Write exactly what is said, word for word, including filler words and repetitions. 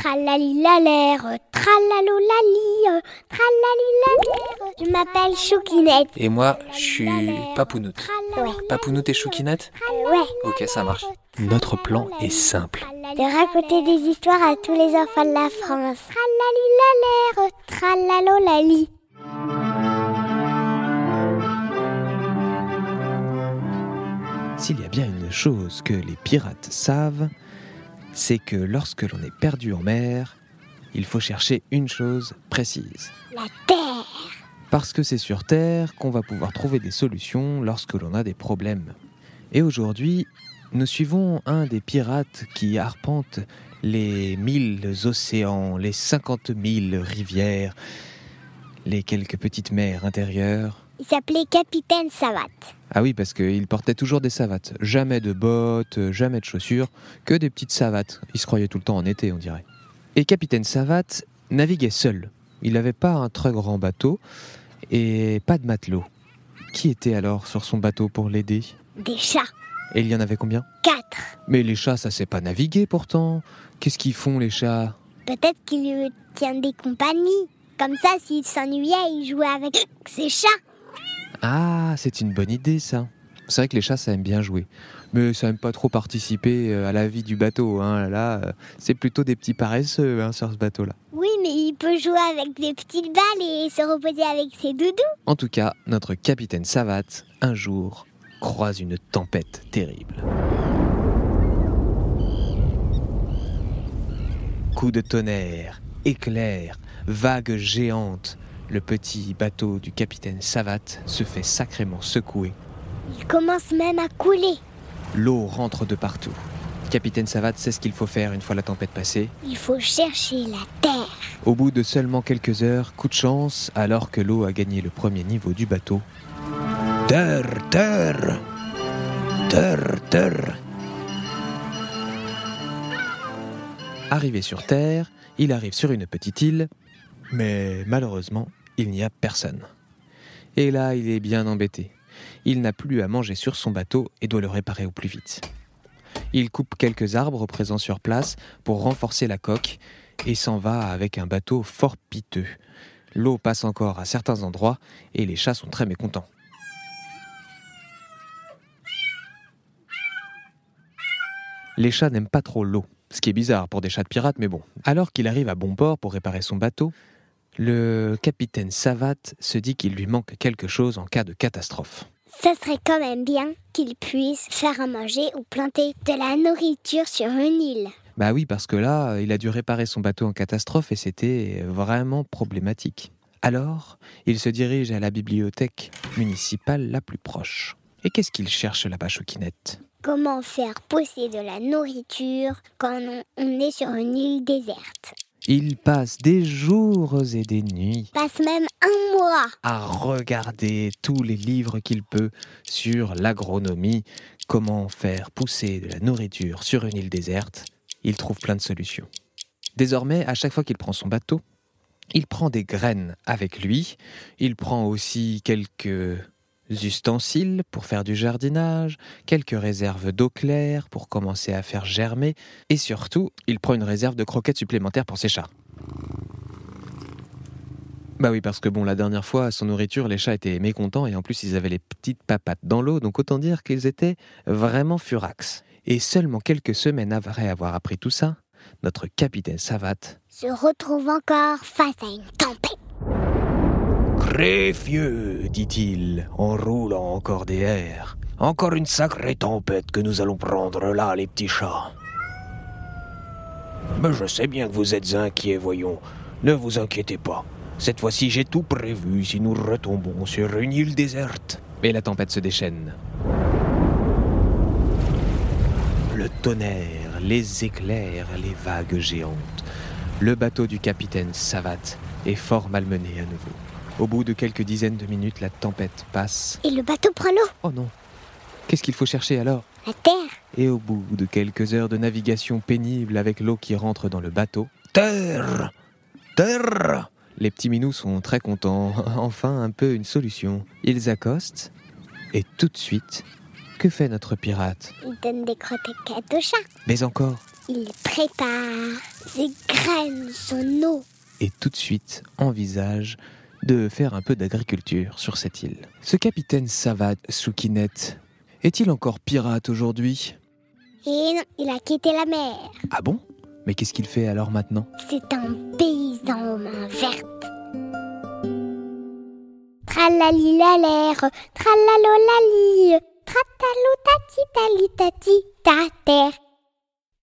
Tralalilalère, tralalolali, tralalilalère. Je m'appelle Choukinette. Et moi, je suis Papounoute. Ouais. Papounoute et Choukinette ? Euh, ouais. Ok, ça marche. Notre plan est simple. De raconter des histoires à tous les enfants de la France. Tralalilalère, tralalolali. S'il y a bien une chose que les pirates savent, c'est que lorsque l'on est perdu en mer, il faut chercher une chose précise. La terre. Parce que c'est sur Terre qu'on va pouvoir trouver des solutions lorsque l'on a des problèmes. Et aujourd'hui, nous suivons un des pirates qui arpente les mille océans, les cinquante mille rivières, les quelques petites mers intérieures. Il s'appelait Capitaine Savate. Ah oui, parce qu'il portait toujours des savates. Jamais de bottes, jamais de chaussures, que des petites savates. Il se croyait tout le temps en été, on dirait. Et Capitaine Savate naviguait seul. Il n'avait pas un très grand bateau et pas de matelot. Qui était alors sur son bateau pour l'aider ? Des chats. Et il y en avait combien ? Quatre. Mais les chats, ça sait pas naviguer pourtant. Qu'est-ce qu'ils font les chats ? Peut-être qu'il lui tient des compagnies. Comme ça, s'il s'ennuyait, il jouait avec ses chats. Ah, c'est une bonne idée ça. C'est vrai que les chats, ça aime bien jouer. Mais ça aime pas trop participer à la vie du bateau. Hein. Là, c'est plutôt des petits paresseux hein, sur ce bateau-là. Oui, mais il peut jouer avec des petites balles et se reposer avec ses doudous. En tout cas, notre capitaine Savate, un jour, croise une tempête terrible. Coups de tonnerre, éclairs, vagues géantes. Le petit bateau du capitaine Savate se fait sacrément secouer. Il commence même à couler. L'eau rentre de partout. Capitaine Savate sait ce qu'il faut faire une fois la tempête passée. Il faut chercher la terre. Au bout de seulement quelques heures, coup de chance, alors que l'eau a gagné le premier niveau du bateau. Terre, terre, terre, terre. Arrivé sur terre, il arrive sur une petite île, mais malheureusement, il n'y a personne. Et là, il est bien embêté. Il n'a plus à manger sur son bateau et doit le réparer au plus vite. Il coupe quelques arbres présents sur place pour renforcer la coque et s'en va avec un bateau fort piteux. L'eau passe encore à certains endroits et les chats sont très mécontents. Les chats n'aiment pas trop l'eau, ce qui est bizarre pour des chats de pirates, mais bon. Alors qu'il arrive à bon port pour réparer son bateau, le capitaine Savate se dit qu'il lui manque quelque chose en cas de catastrophe. Ça serait quand même bien qu'il puisse faire à manger ou planter de la nourriture sur une île. Bah oui, parce que là, il a dû réparer son bateau en catastrophe et c'était vraiment problématique. Alors, il se dirige à la bibliothèque municipale la plus proche. Et qu'est-ce qu'il cherche là-bas, Choukinette ? Comment faire pousser de la nourriture quand on, on est sur une île déserte ? Il passe des jours et des nuits Passe même un mois à regarder tous les livres qu'il peut sur l'agronomie, comment faire pousser de la nourriture sur une île déserte. Il trouve plein de solutions. Désormais, à chaque fois qu'il prend son bateau, il prend des graines avec lui. Il prend aussi quelques ustensiles pour faire du jardinage, quelques réserves d'eau claire pour commencer à faire germer, et surtout, il prend une réserve de croquettes supplémentaires pour ses chats. Bah oui, parce que bon, la dernière fois, à son nourriture, les chats étaient mécontents, et en plus, ils avaient les petites papates dans l'eau, donc autant dire qu'ils étaient vraiment furax. Et seulement quelques semaines après avoir appris tout ça, notre capitaine Savate se retrouve encore face à une tempête. Greffieux, dit-il, en roulant encore des airs. Encore une sacrée tempête que nous allons prendre là, les petits chats. Mais je sais bien que vous êtes inquiets, voyons. Ne vous inquiétez pas. Cette fois-ci, j'ai tout prévu si nous retombons sur une île déserte. Et la tempête se déchaîne. Le tonnerre, les éclairs, les vagues géantes. Le bateau du capitaine Savate est fort malmené à nouveau. Au bout de quelques dizaines de minutes, la tempête passe. Et le bateau prend l'eau. Oh non! Qu'est-ce qu'il faut chercher alors? La terre. Et au bout de quelques heures de navigation pénible avec l'eau qui rentre dans le bateau... Terre! Terre! Les petits minous sont très contents. Enfin, un peu une solution. Ils accostent et tout de suite, que fait notre pirate? Il donne des croquettes aux chats. Mais encore, il prépare ses graines, son eau. Et tout de suite envisage de faire un peu d'agriculture sur cette île. Ce capitaine Savad Soukinette, est-il encore pirate aujourd'hui ? Et non, il a quitté la mer. Ah bon ? Mais qu'est-ce qu'il fait alors maintenant ? C'est un paysan aux mains vertes. Tralali-la-l'air, tralalolali, tratalou-tati-tali-tati, ta terre